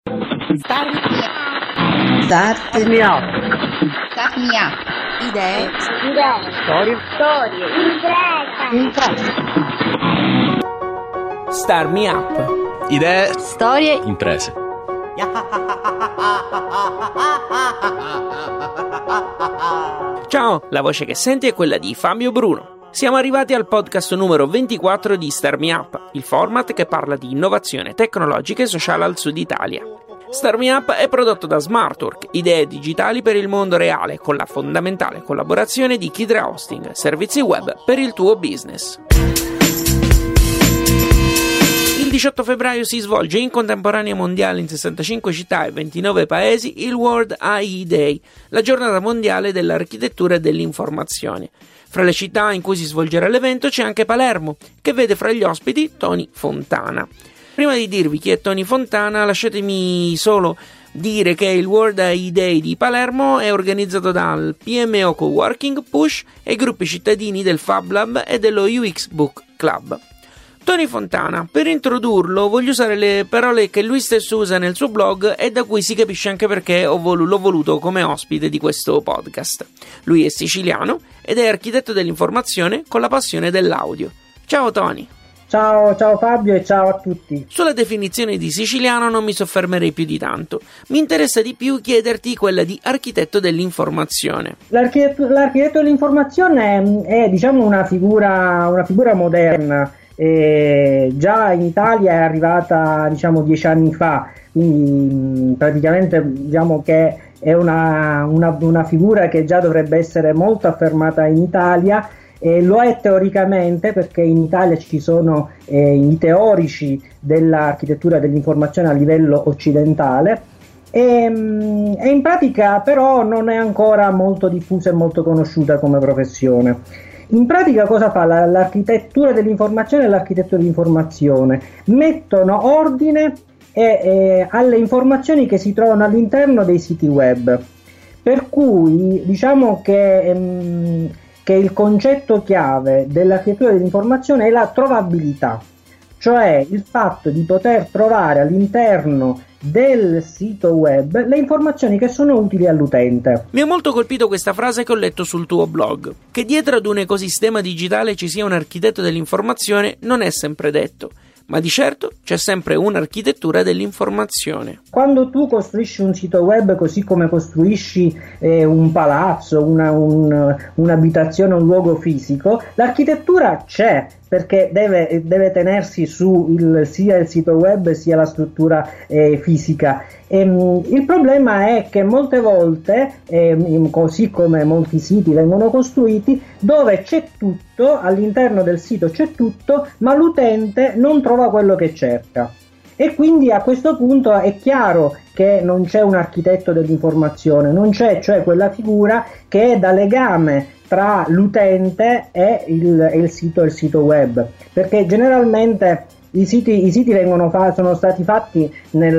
Start me up. Idee. Storie. Start me up. Idee. Storie. Imprese. Ciao, la voce che senti è quella di Fabio Bruno. Siamo arrivati al podcast numero 24 di Start Me Up, il format che parla di innovazione tecnologica e sociale al sud Italia. Start Me Up è prodotto da Smartwork, idee digitali per il mondo reale, con la fondamentale collaborazione di Kidra Hosting, servizi web per il tuo business. Il 18 febbraio si svolge in contemporanea mondiale in 65 città e 29 paesi il World AI Day, la giornata mondiale dell'architettura e dell'informazione. Fra le città in cui si svolgerà l'evento c'è anche Palermo, che vede fra gli ospiti Tony Fontana. Prima di dirvi chi è Tony Fontana, lasciatemi solo dire che il World AI Day di Palermo è organizzato dal PMO Coworking, Push e i gruppi cittadini del Fab Lab e dello UX Book Club. Tony Fontana, per introdurlo voglio usare le parole che lui stesso usa nel suo blog e da cui si capisce anche perché l'ho voluto come ospite di questo podcast. Lui è siciliano ed è architetto dell'informazione con la passione dell'audio. Ciao Tony! Ciao Fabio e ciao a tutti. Sulla definizione di siciliano non mi soffermerei più di tanto. Mi interessa di più chiederti quella di architetto dell'informazione. L'architetto dell'informazione è diciamo una figura moderna. Già in Italia è arrivata 10 anni fa, quindi praticamente diciamo che è una figura che già dovrebbe essere molto affermata in Italia. Lo è teoricamente perché in Italia ci sono i teorici dell'architettura dell'informazione a livello occidentale e in pratica però non è ancora molto diffusa e molto conosciuta come professione. In pratica cosa fa l'architettura dell'informazione e l'architetto dell'informazione? Mettono ordine alle informazioni che si trovano all'interno dei siti web, per cui diciamo che il concetto chiave dell'architettura dell'informazione è la trovabilità, cioè il fatto di poter trovare all'interno del sito web le informazioni che sono utili all'utente. Mi ha molto colpito questa frase che ho letto sul tuo blog, che dietro ad un ecosistema digitale ci sia un architetto dell'informazione non è sempre detto, ma di certo c'è sempre un'architettura dell'informazione. Quando tu costruisci un sito web così come costruisci un palazzo, un'abitazione, un luogo fisico, l'architettura c'è, perché deve tenersi su sia il sito web sia la struttura fisica. Il problema è che molte volte, così come molti siti vengono costruiti, dove c'è tutto, all'interno del sito c'è tutto, ma l'utente non trova quello che cerca. E quindi a questo punto è chiaro che non c'è un architetto dell'informazione, non c'è cioè quella figura che è da legame tra l'utente e il sito web, perché generalmente i siti sono stati fatti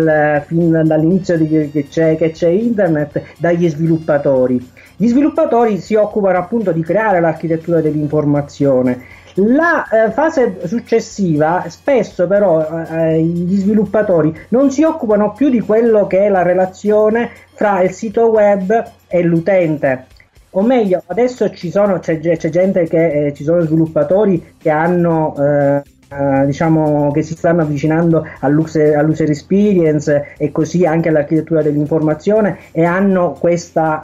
fin dall'inizio che c'è internet dagli sviluppatori. Gli sviluppatori si occupano appunto di creare l'architettura dell'informazione. La fase successiva, spesso però gli sviluppatori non si occupano più di quello che è la relazione fra il sito web e l'utente. O meglio, adesso c'è gente ci sono sviluppatori che hanno che si stanno avvicinando all'user experience e così anche all'architettura dell'informazione e hanno questa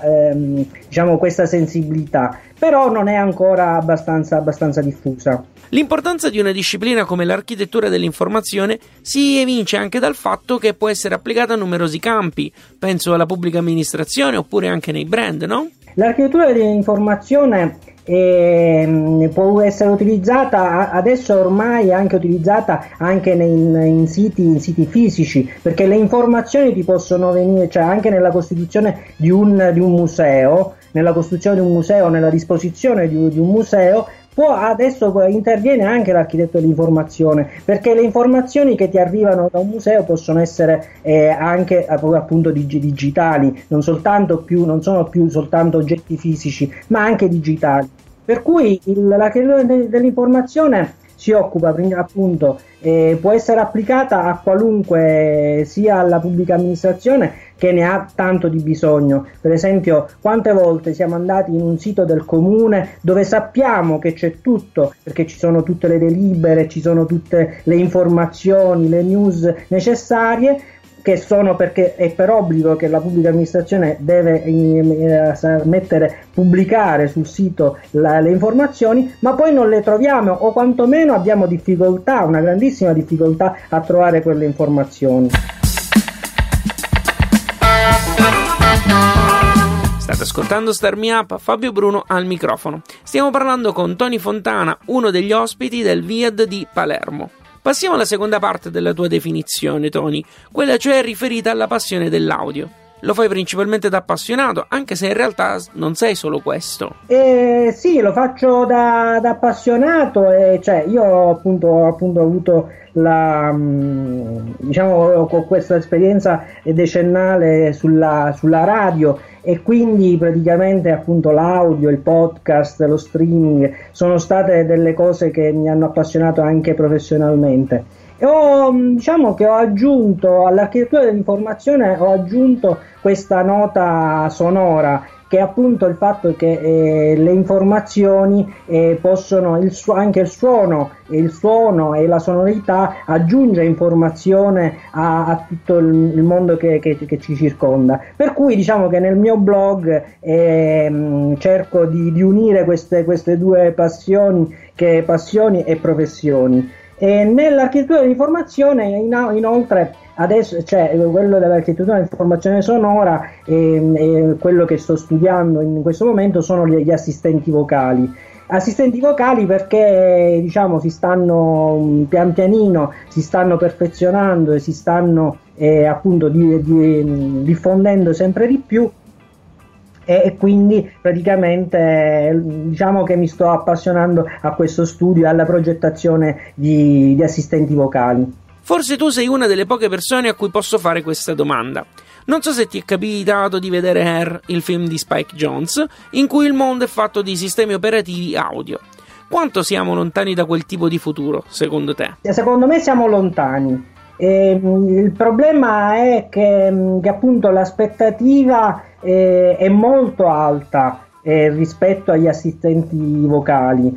sensibilità, però non è ancora abbastanza diffusa. L'importanza di una disciplina come l'architettura dell'informazione si evince anche dal fatto che può essere applicata a numerosi campi, penso alla pubblica amministrazione oppure anche nei brand, no? L'architettura dell'informazione può essere utilizzata adesso, ormai è anche utilizzata anche in siti fisici, perché le informazioni ti possono venire, cioè anche nella costituzione di un museo, nella disposizione di un museo. Adesso interviene anche l'architetto dell'informazione, perché le informazioni che ti arrivano da un museo possono essere anche appunto digitali, non sono più soltanto oggetti fisici, ma anche digitali. Per cui l'architettura dell'informazione si occupa appunto, può essere applicata a qualunque, sia alla pubblica amministrazione che ne ha tanto di bisogno. Per esempio, quante volte siamo andati in un sito del comune dove sappiamo che c'è tutto, perché ci sono tutte le delibere, ci sono tutte le informazioni, le news necessarie, che sono, perché è per obbligo che la pubblica amministrazione deve pubblicare sul sito le informazioni, ma poi non le troviamo, o quantomeno abbiamo difficoltà, una grandissima difficoltà a trovare quelle informazioni. State ascoltando Start Me Up, Fabio Bruno al microfono. Stiamo parlando con Tony Fontana, uno degli ospiti del VIAD di Palermo. Passiamo alla seconda parte della tua definizione, Tony, quella cioè riferita alla passione dell'audio. Lo fai principalmente da appassionato, anche se in realtà non sei solo questo. Sì, lo faccio da appassionato, cioè io appunto ho avuto con questa esperienza decennale sulla radio, e quindi praticamente appunto l'audio, il podcast, lo streaming sono state delle cose che mi hanno appassionato anche professionalmente. E diciamo che ho aggiunto all'architettura dell'informazione, ho aggiunto questa nota sonora, che è appunto il fatto che le informazioni possono, anche il suono e la sonorità aggiunge informazione a tutto il mondo che ci circonda. Per cui diciamo che nel mio blog cerco di unire queste due passioni e professioni. E nell'architettura dell'informazione inoltre adesso c'è quello dell'architettura dell'informazione sonora, e quello che sto studiando in questo momento sono gli assistenti vocali perché diciamo si stanno pian pianino si stanno perfezionando e si stanno appunto diffondendo sempre di più. E quindi praticamente diciamo che mi sto appassionando a questo studio e alla progettazione di assistenti vocali. Forse tu sei una delle poche persone a cui posso fare questa domanda. Non so se ti è capitato di vedere Her, il film di Spike Jonze, in cui il mondo è fatto di sistemi operativi audio. Quanto siamo lontani da quel tipo di futuro, secondo te? Secondo me siamo lontani. Il problema è che appunto l'aspettativa è molto alta rispetto agli assistenti vocali.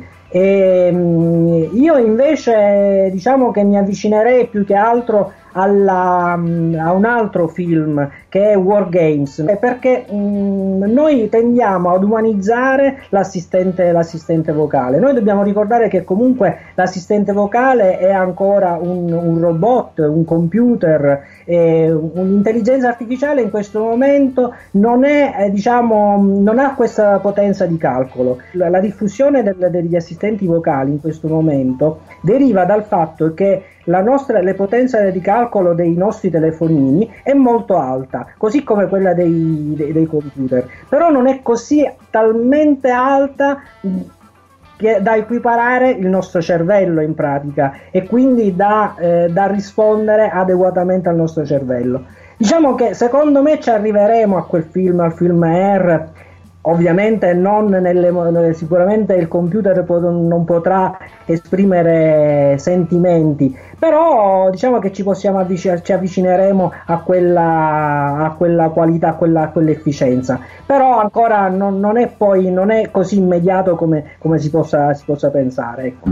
Io invece diciamo che mi avvicinerei più che altro a un altro film che è War Games, perché noi tendiamo ad umanizzare l'assistente vocale. Noi dobbiamo ricordare che comunque l'assistente vocale è ancora un robot, un computer, un'intelligenza artificiale in questo momento non ha questa potenza di calcolo. La diffusione degli assistenti vocali in questo momento deriva dal fatto che le potenze di calcolo dei nostri telefonini è molto alta, così come quella dei computer, però non è così talmente alta da equiparare il nostro cervello in pratica, e quindi da rispondere adeguatamente al nostro cervello. Diciamo che secondo me ci arriveremo al film R. Ovviamente sicuramente il computer non potrà esprimere sentimenti, però diciamo che ci avvicineremo a quella qualità, a quell'efficienza. Però ancora non è così immediato come si possa pensare, ecco.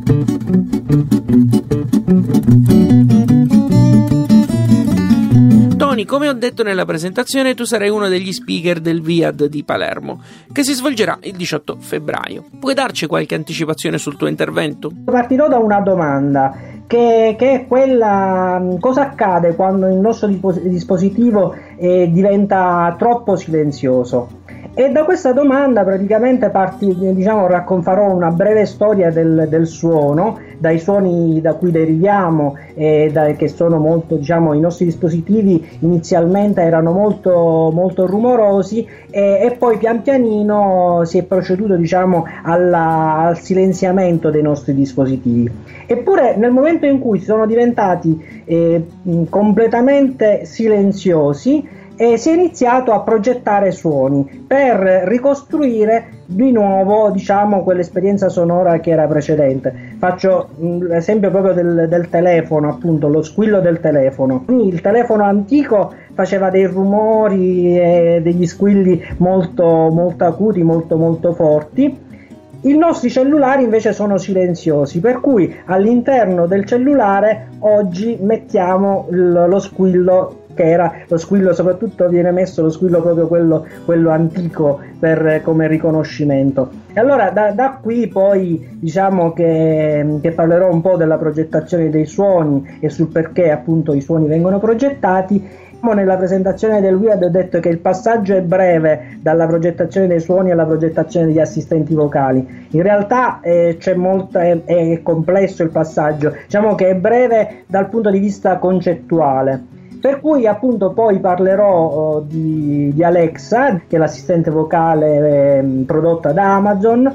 Tony, come ho detto nella presentazione, tu sarai uno degli speaker del VIAD di Palermo, che si svolgerà il 18 febbraio. Puoi darci qualche anticipazione sul tuo intervento? Partirò da una domanda, che è quella: cosa accade quando il nostro dispositivo diventa troppo silenzioso? E da questa domanda praticamente farò una breve storia del suono, dai suoni da cui deriviamo, che sono molto, i nostri dispositivi inizialmente erano molto, molto rumorosi, e poi pian pianino si è proceduto al silenziamento dei nostri dispositivi. Eppure nel momento in cui sono diventati completamente silenziosi, e si è iniziato a progettare suoni per ricostruire di nuovo, diciamo, quell'esperienza sonora che era precedente. Faccio l'esempio proprio del telefono, appunto, lo squillo del telefono. Il telefono antico faceva dei rumori e degli squilli molto, molto acuti, molto, molto forti. I nostri cellulari invece sono silenziosi, per cui all'interno del cellulare oggi mettiamo lo squillo, che era lo squillo, soprattutto viene messo lo squillo proprio quello antico come riconoscimento. E allora da qui poi diciamo che parlerò un po' della progettazione dei suoni e sul perché appunto i suoni vengono progettati. Nella presentazione del Weird ho detto che il passaggio è breve dalla progettazione dei suoni alla progettazione degli assistenti vocali. In realtà è complesso il passaggio, diciamo che è breve dal punto di vista concettuale. Per cui appunto poi parlerò di Alexa, che è l'assistente vocale prodotta da Amazon,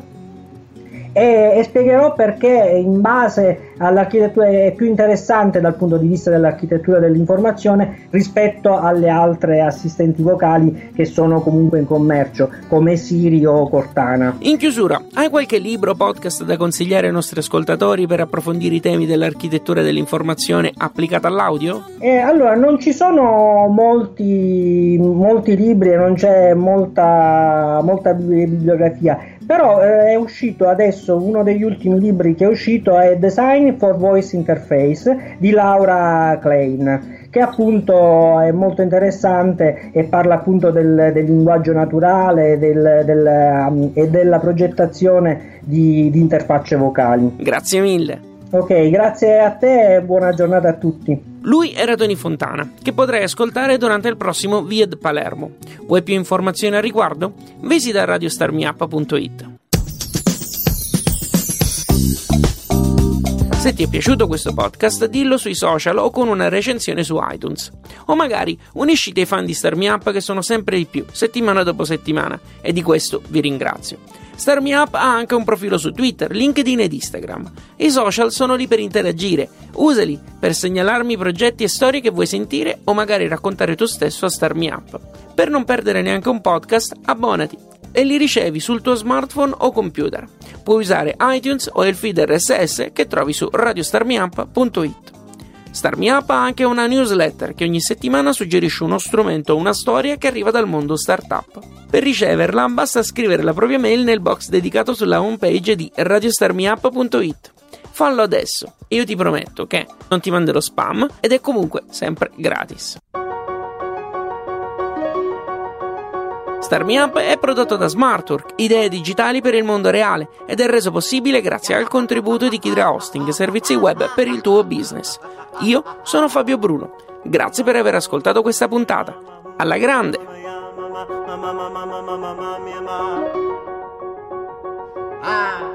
e spiegherò perché in base all'architettura è più interessante dal punto di vista dell'architettura dell'informazione rispetto alle altre assistenti vocali che sono comunque in commercio, come Siri o Cortana. In chiusura, hai qualche libro o podcast da consigliare ai nostri ascoltatori per approfondire i temi dell'architettura dell'informazione applicata all'audio? Allora, non ci sono molti libri e non c'è molta bibliografia, però è uscito adesso, uno degli ultimi libri che è uscito è Design for Voice Interface di Laura Klein, che appunto è molto interessante e parla appunto del linguaggio naturale e della progettazione di interfacce vocali. Grazie mille. Ok, grazie a te e buona giornata a tutti. Lui era Tony Fontana, che potrai ascoltare durante il prossimo VIED Palermo. Vuoi più informazioni al riguardo? Visita radiostarmiup.it. Se ti è piaciuto questo podcast, dillo sui social o con una recensione su iTunes. O magari unisciti ai fan di Start Me Up, che sono sempre di più, settimana dopo settimana, e di questo vi ringrazio. Start Me Up ha anche un profilo su Twitter, LinkedIn ed Instagram. I social sono lì per interagire. Usali per segnalarmi progetti e storie che vuoi sentire o magari raccontare tu stesso a Start Me Up. Per non perdere neanche un podcast, abbonati e li ricevi sul tuo smartphone o computer. Puoi usare iTunes o il feed RSS che trovi su radiostarmiup.it. Start Me Up ha anche una newsletter che ogni settimana suggerisce uno strumento o una storia che arriva dal mondo startup. Per riceverla basta scrivere la propria mail nel box dedicato sulla homepage di radiostarmiup.it. Fallo adesso e io ti prometto che non ti manderò spam ed è comunque sempre gratis. Start Me Up è prodotto da Smartwork, idee digitali per il mondo reale, ed è reso possibile grazie al contributo di Kidra Hosting, servizi web per il tuo business. Io sono Fabio Bruno. Grazie per aver ascoltato questa puntata. Alla grande! Ah.